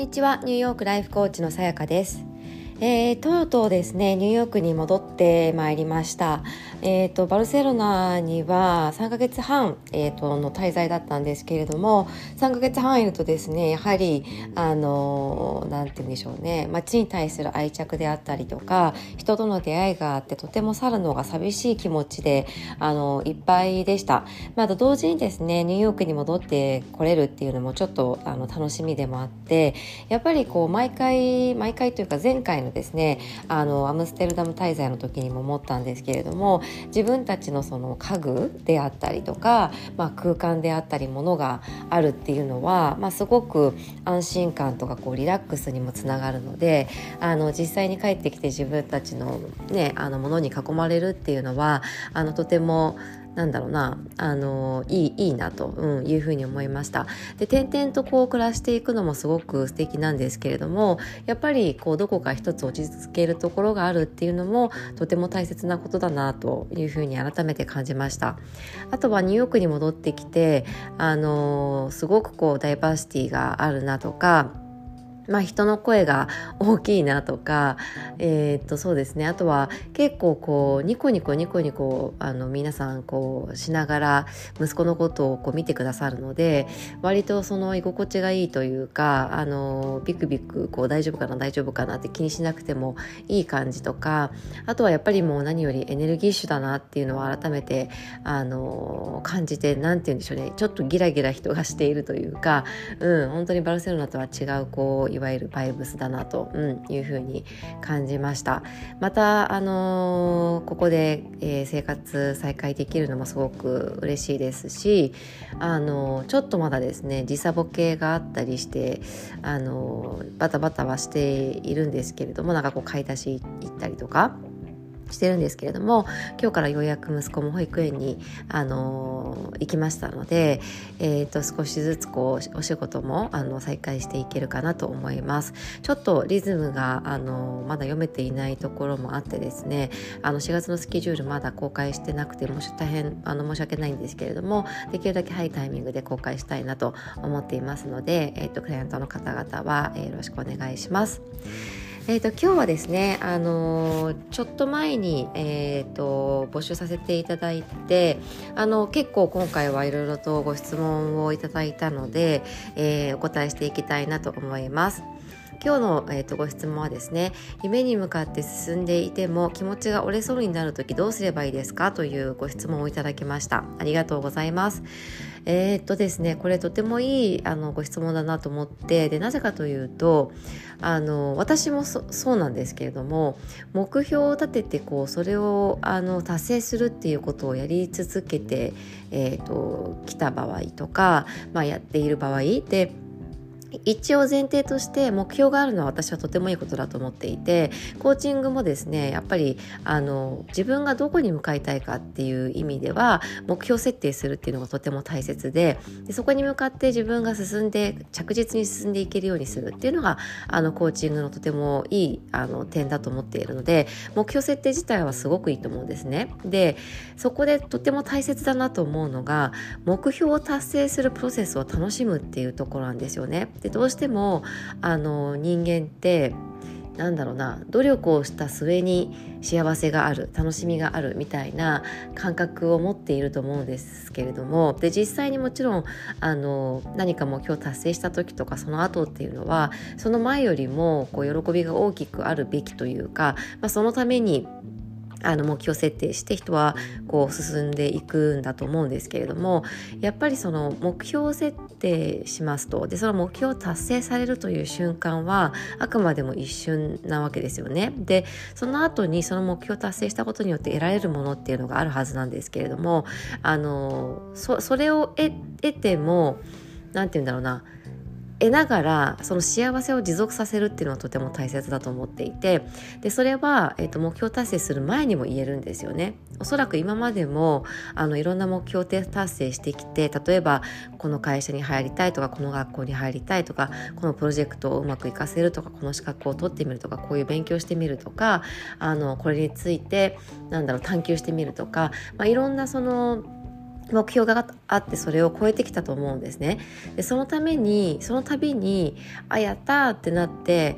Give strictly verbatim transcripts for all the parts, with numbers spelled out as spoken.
にちは。ニューヨークライフコーチのさやかです。えー、とうとうですねニューヨークに戻ってまいりました。えー、とバルセロナにはさんかげつはん、えー、との滞在だったんですけれども、さんかげつはんいるとですねやはりあのなんて言うんでしょうね、街に対する愛着であったりとか人との出会いがあって、とても去るのが寂しい気持ちであのいっぱいでした。また同時にですねニューヨークに戻ってこれるっていうのもちょっとあの楽しみでもあって、やっぱりこう毎回毎回というか前回のですねあのアムステルダム滞在の時にも思ったんですけれども、自分たちのその家具であったりとか、まあ、空間であったりものがあるっていうのは、まあ、すごく安心感とかこうリラックスにもつながるので、あの実際に帰ってきて自分たちの、ね、あのものに囲まれるっていうのはあのとてもなんだろうなあのいいいいなと、うん、いうふうに思いました。で転々とこう暮らしていくのもすごく素敵なんですけれども、やっぱりこうどこか一つ落ち着けるところがあるっていうのもとても大切なことだなというふうに改めて感じました。あとはニューヨークに戻ってきてあのすごくこうダイバーシティがあるなとか、まあ、人の声が大きいなとか、えー、っとそうですね、あとは結構こうニコニコニコニコあの皆さんこうしながら息子のことをこう見てくださるので、割とその居心地がいいというか、あのビクビクこう大丈夫かな大丈夫かなって気にしなくてもいい感じとか、あとはやっぱりもう何よりエネルギッシュだなっていうのは改めてあの感じて、なんて言うんでしょうね、ちょっとギラギラ人がしているというか、うん、本当にバルセロナとは違うこういわゆるバイブスだなと、うん、いうふうに感じました。また、あのー、ここで、えー、生活再開できるのもすごく嬉しいですし、あのー、ちょっとまだですね時差ボケがあったりして、あのー、バタバタはしているんですけれども、なんかこう買い出し行ったりとかしてるんですけれども、今日からようやく息子も保育園に、あのー、行きましたので、えー、と少しずつこうお仕事もあの再開していけるかなと思います。ちょっとリズムが、あのー、まだ読めていないところもあってですね、あのしがつのスケジュールまだ公開してなくてもし大変あの申し訳ないんですけれども、できるだけ早いタイミングで公開したいなと思っていますので、えー、とクライアントの方々は、えー、よろしくお願いします。えー、と今日はですね、あのー、ちょっと前に、えー、と募集させていただいて、あの結構今回はいろいろとご質問をいただいたので、えー、お答えしていきたいなと思います。今日の、えー、とご質問はですね、夢に向かって進んでいても気持ちが折れそうになるときどうすればいいですかというご質問をいただきました。ありがとうございます。えー、っとですねこれとてもいいあのご質問だなと思って、でなぜかというと、あの私も そ, そうなんですけれども、目標を立ててこうそれをあの達成するっていうことをやり続けて、えー、っときた場合とか、まあ、やっている場合で、一応前提として目標があるのは私はとてもいいことだと思っていて、コーチングもですねやっぱりあの自分がどこに向かいたいかっていう意味では目標設定するっていうのがとても大切 で, でそこに向かって自分が進んで着実に進んでいけるようにするっていうのがあのコーチングのとてもいいあの点だと思っているので、目標設定自体はすごくいいと思うんですね。でそこでとても大切だなと思うのが、目標を達成するプロセスを楽しむっていうところなんですよね。でどうしてもあの人間ってなんだろうな、努力をした末に幸せがある、楽しみがあるみたいな感覚を持っていると思うんですけれども、で実際にもちろんあの何か目標を達成した時とかその後っていうのはその前よりもこう喜びが大きくあるべきというか、まあ、そのためにあの目標設定して人はこう進んでいくんだと思うんですけれども、やっぱりその目標設定しますと、でその目標を達成されるという瞬間はあくまでも一瞬なわけですよね。でその後にその目標を達成したことによって得られるものっていうのがあるはずなんですけれども、あの そ, それを 得, 得てもなんて言うんだろうな、得ながらその幸せを持続させるっていうのはとても大切だと思っていて、でそれは、えーと、目標達成する前にも言えるんですよね。おそらく今までもあのいろんな目標を達成してきて、例えばこの会社に入りたいとか、この学校に入りたいとか、このプロジェクトをうまくいかせるとか、この資格を取ってみるとか、こういう勉強してみるとか、あのこれについてなんだろう探求してみるとか、まあ、いろんなその目標があってそれを超えてきたと思うんですね。でそのためにその度にあやったーってなって、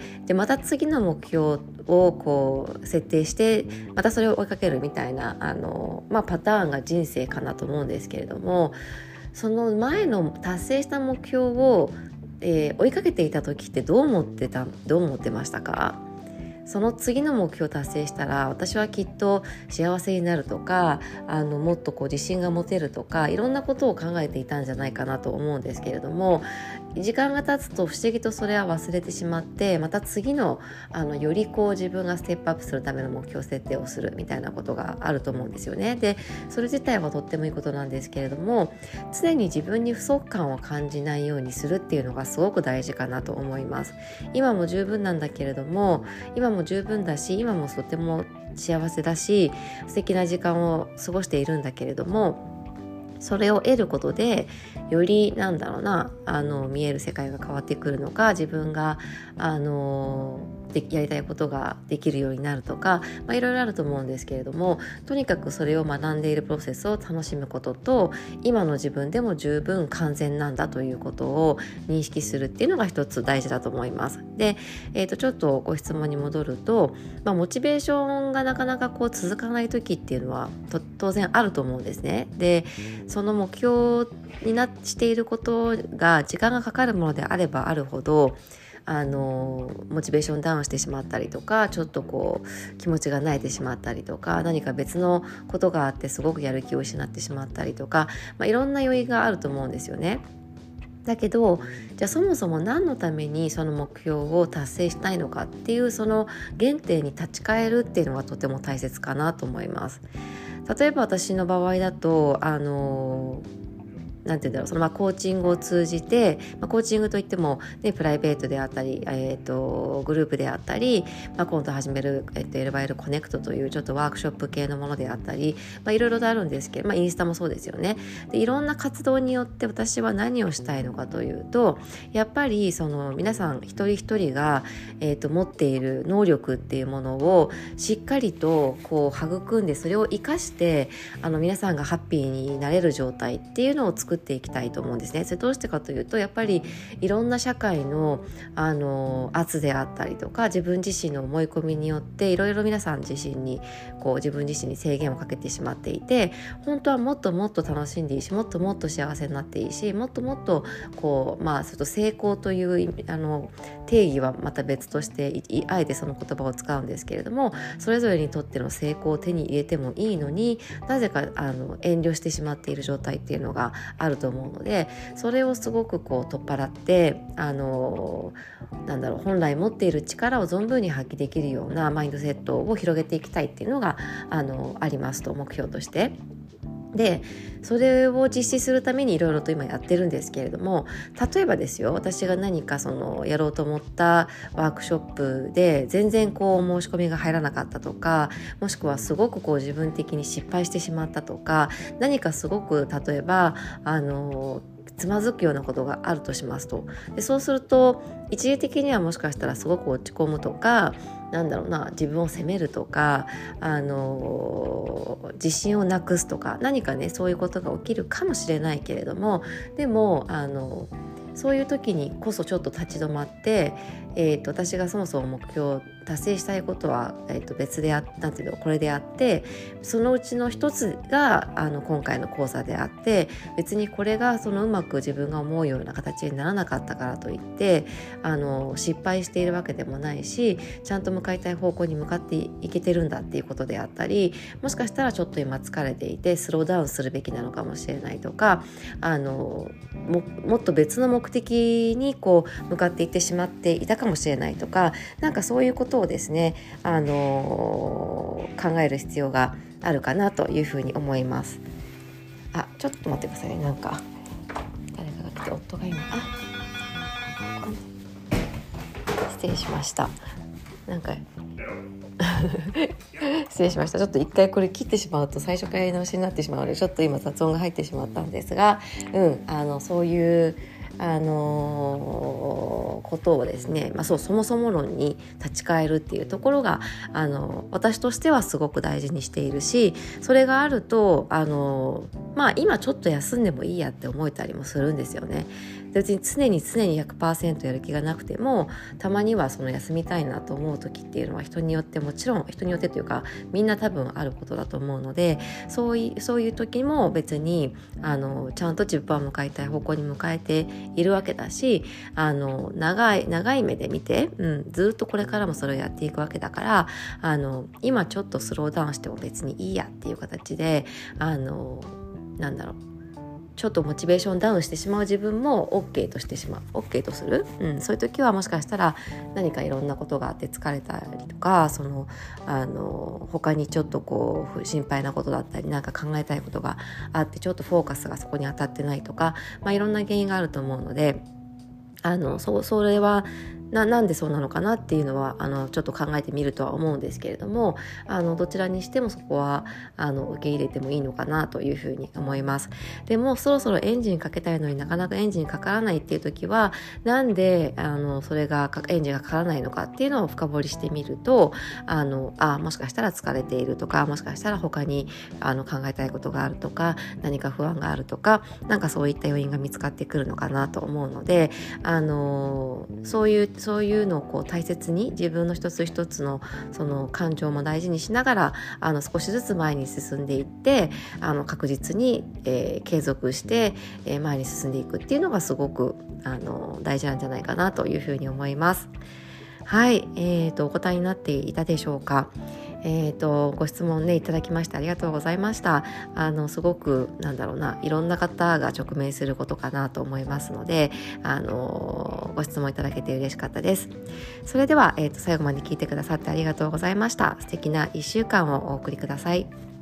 でまた次の目標をこう設定してまたそれを追いかけるみたいなあの、まあ、パターンが人生かなと思うんですけれども、その前の達成した目標を、えー、追いかけていた時ってどう思ってたどう思ってましたか？その次の目標を達成したら私はきっと幸せになるとか、あのもっとこう自信が持てるとか、いろんなことを考えていたんじゃないかなと思うんですけれども、時間が経つと不思議とそれは忘れてしまって、また次の、あのよりこう自分がステップアップするための目標設定をするみたいなことがあると思うんですよね。でそれ自体はとってもいいことなんですけれども、常に自分に不足感を感じないようにするっていうのがすごく大事かなと思います。今も十分なんだけれども、今も十分だし、今もとても幸せだし素敵な時間を過ごしているんだけれども、それを得ることでよりなんだろうなあの見える世界が変わってくるのか、自分があのでやりたいことができるようになるとか、まあ、いろいろあると思うんですけれども、とにかくそれを学んでいるプロセスを楽しむことと、今の自分でも十分完全なんだということを認識するっていうのが一つ大事だと思います。で、えーと、ちょっとご質問に戻ると、まあ、モチベーションがなかなかこう続かない時っていうのはと当然あると思うんですね。でその目標になしていることが時間がかかるものであればあるほど、あのモチベーションダウンしてしまったりとか、ちょっとこう気持ちが萎えてしまったりとか、何か別のことがあってすごくやる気を失ってしまったりとか、まあ、いろんな要因があると思うんですよね。だけどじゃあそもそも何のためにその目標を達成したいのかっていう、その原点に立ち返るっていうのがとても大切かなと思います。例えば私の場合だとあのなんていうんだろう、そのまあコーチングを通じて、まあ、コーチングといっても、ね、プライベートであったり、えー、とグループであったり、まあ、今度始める、えー、といわゆるコネクトというちょっとワークショップ系のものであったり、まあ、いろいろとあるんですけど、まあ、インスタもそうですよね。でいろんな活動によって私は何をしたいのかというと、やっぱりその皆さん一人一人が、えー、と持っている能力っていうものをしっかりとこう育んで、それを生かしてあの皆さんがハッピーになれる状態っていうのを作っていきたいと思うんですね。それどうしてかというと、やっぱりいろんな社会の、あの圧であったりとか、自分自身の思い込みによっていろいろ皆さん自身にこう自分自身に制限をかけてしまっていて、本当はもっともっと楽しんでいいし、もっともっと幸せになっていいし、もっともっとこうまあちょっと成功というあの定義はまた別としてあえてその言葉を使うんですけれども、それぞれにとっての成功を手に入れてもいいのに、なぜかあの遠慮してしまっている状態っていうのがあると思うので、それをすごくこう取っ払ってあのなんだろう本来持っている力を存分に発揮できるようなマインドセットを広げていきたいっていうのがあのありますと、目標として。でそれを実施するためにいろいろと今やってるんですけれども、例えばですよ、私が何かそのやろうと思ったワークショップで全然こう申し込みが入らなかったとか、もしくはすごくこう自分的に失敗してしまったとか、何かすごく例えばあのつまずくようなことがあるとしますと。でそうすると一時的にはもしかしたらすごく落ち込むとか、なんだろうな自分を責めるとか、あの自信をなくすとか、何かねそういうことが起きるかもしれないけれども、でもあのそういう時にこそちょっと立ち止まって、えー、と私がそもそも目標達成したいことは、えー、と別であなんていうのこれであって、そのうちの一つがあの今回の講座であって、別にこれがそのうまく自分が思うような形にならなかったからといってあの失敗しているわけでもないし、ちゃんと向かいたい方向に向かっていけてるんだっていうことであったり、もしかしたらちょっと今疲れていてスローダウンするべきなのかもしれないとか、あの も, もっと別の目的にこう向かっていってしまっていたかもしれないとか、なんかそういうことをですね、あの考える必要があるかなというふうに思います。あ、ちょっと待ってくださいね。なんか誰かが来て、夫が今あ失礼しましたなんか失礼しました。ちょっと一回これ切ってしまうと最初からやり直しになってしまうので、ちょっと今雑音が入ってしまったんですが、うん、あのそういうあのー、ことをですね、まあ、そうそもそも論に立ち返るっていうところが、あの私としてはすごく大事にしているし、それがあると、あのまあ今ちょっと休んでもいいやって思えたりもするんですよね。別に常に常に ひゃくパーセント やる気がなくても、たまにはその休みたいなと思う時っていうのは人によって、もちろん人によってというかみんな多分あることだと思うので、そういうそういう時も別にあのちゃんと自分は向かいたい方向に向かえているわけだし、あの長い長い目で見て、うん、ずっとこれからもそれをやっていくわけだから、あの今ちょっとスローダウンしても別にいいやっていう形で、あのなんだろうちょっとモチベーションダウンしてしまう自分も OK としてしまう OK とする、うん、そういう時はもしかしたら何かいろんなことがあって疲れたりとか、そのあの他にちょっとこう心配なことだったり、なんか考えたいことがあってちょっとフォーカスがそこに当たってないとか、まあ、いろんな原因があると思うので、あの そ, それはな, なんでそうなのかなっていうのはあのちょっと考えてみるとは思うんですけれども、あのどちらにしてもそこはあの受け入れてもいいのかなというふうに思います。でもそろそろエンジンかけたいのになかなかエンジンかからないっていう時は、なんであのそれがエンジンがかからないのかっていうのを深掘りしてみると、あのあもしかしたら疲れているとか、もしかしたら他にあの考えたいことがあるとか、何か不安があるとか、なんかそういった要因が見つかってくるのかなと思うので、あのそういうそういうのをこう大切に自分の一つ一つのその感情も大事にしながら、あの少しずつ前に進んでいって、あの確実に、えー、継続して、えー、前に進んでいくっていうのがすごくあの大事なんじゃないかなというふうに思います。はい、えーと、お答えになっていたでしょうか。えーと、ご質問ねいただきましてありがとうございました。あのすごくなんだろうないろんな方が直面することかなと思いますので、あのご質問いただけて嬉しかったです。それでは、えーと、最後まで聞いてくださってありがとうございました。素敵ないっしゅうかんをお送りください。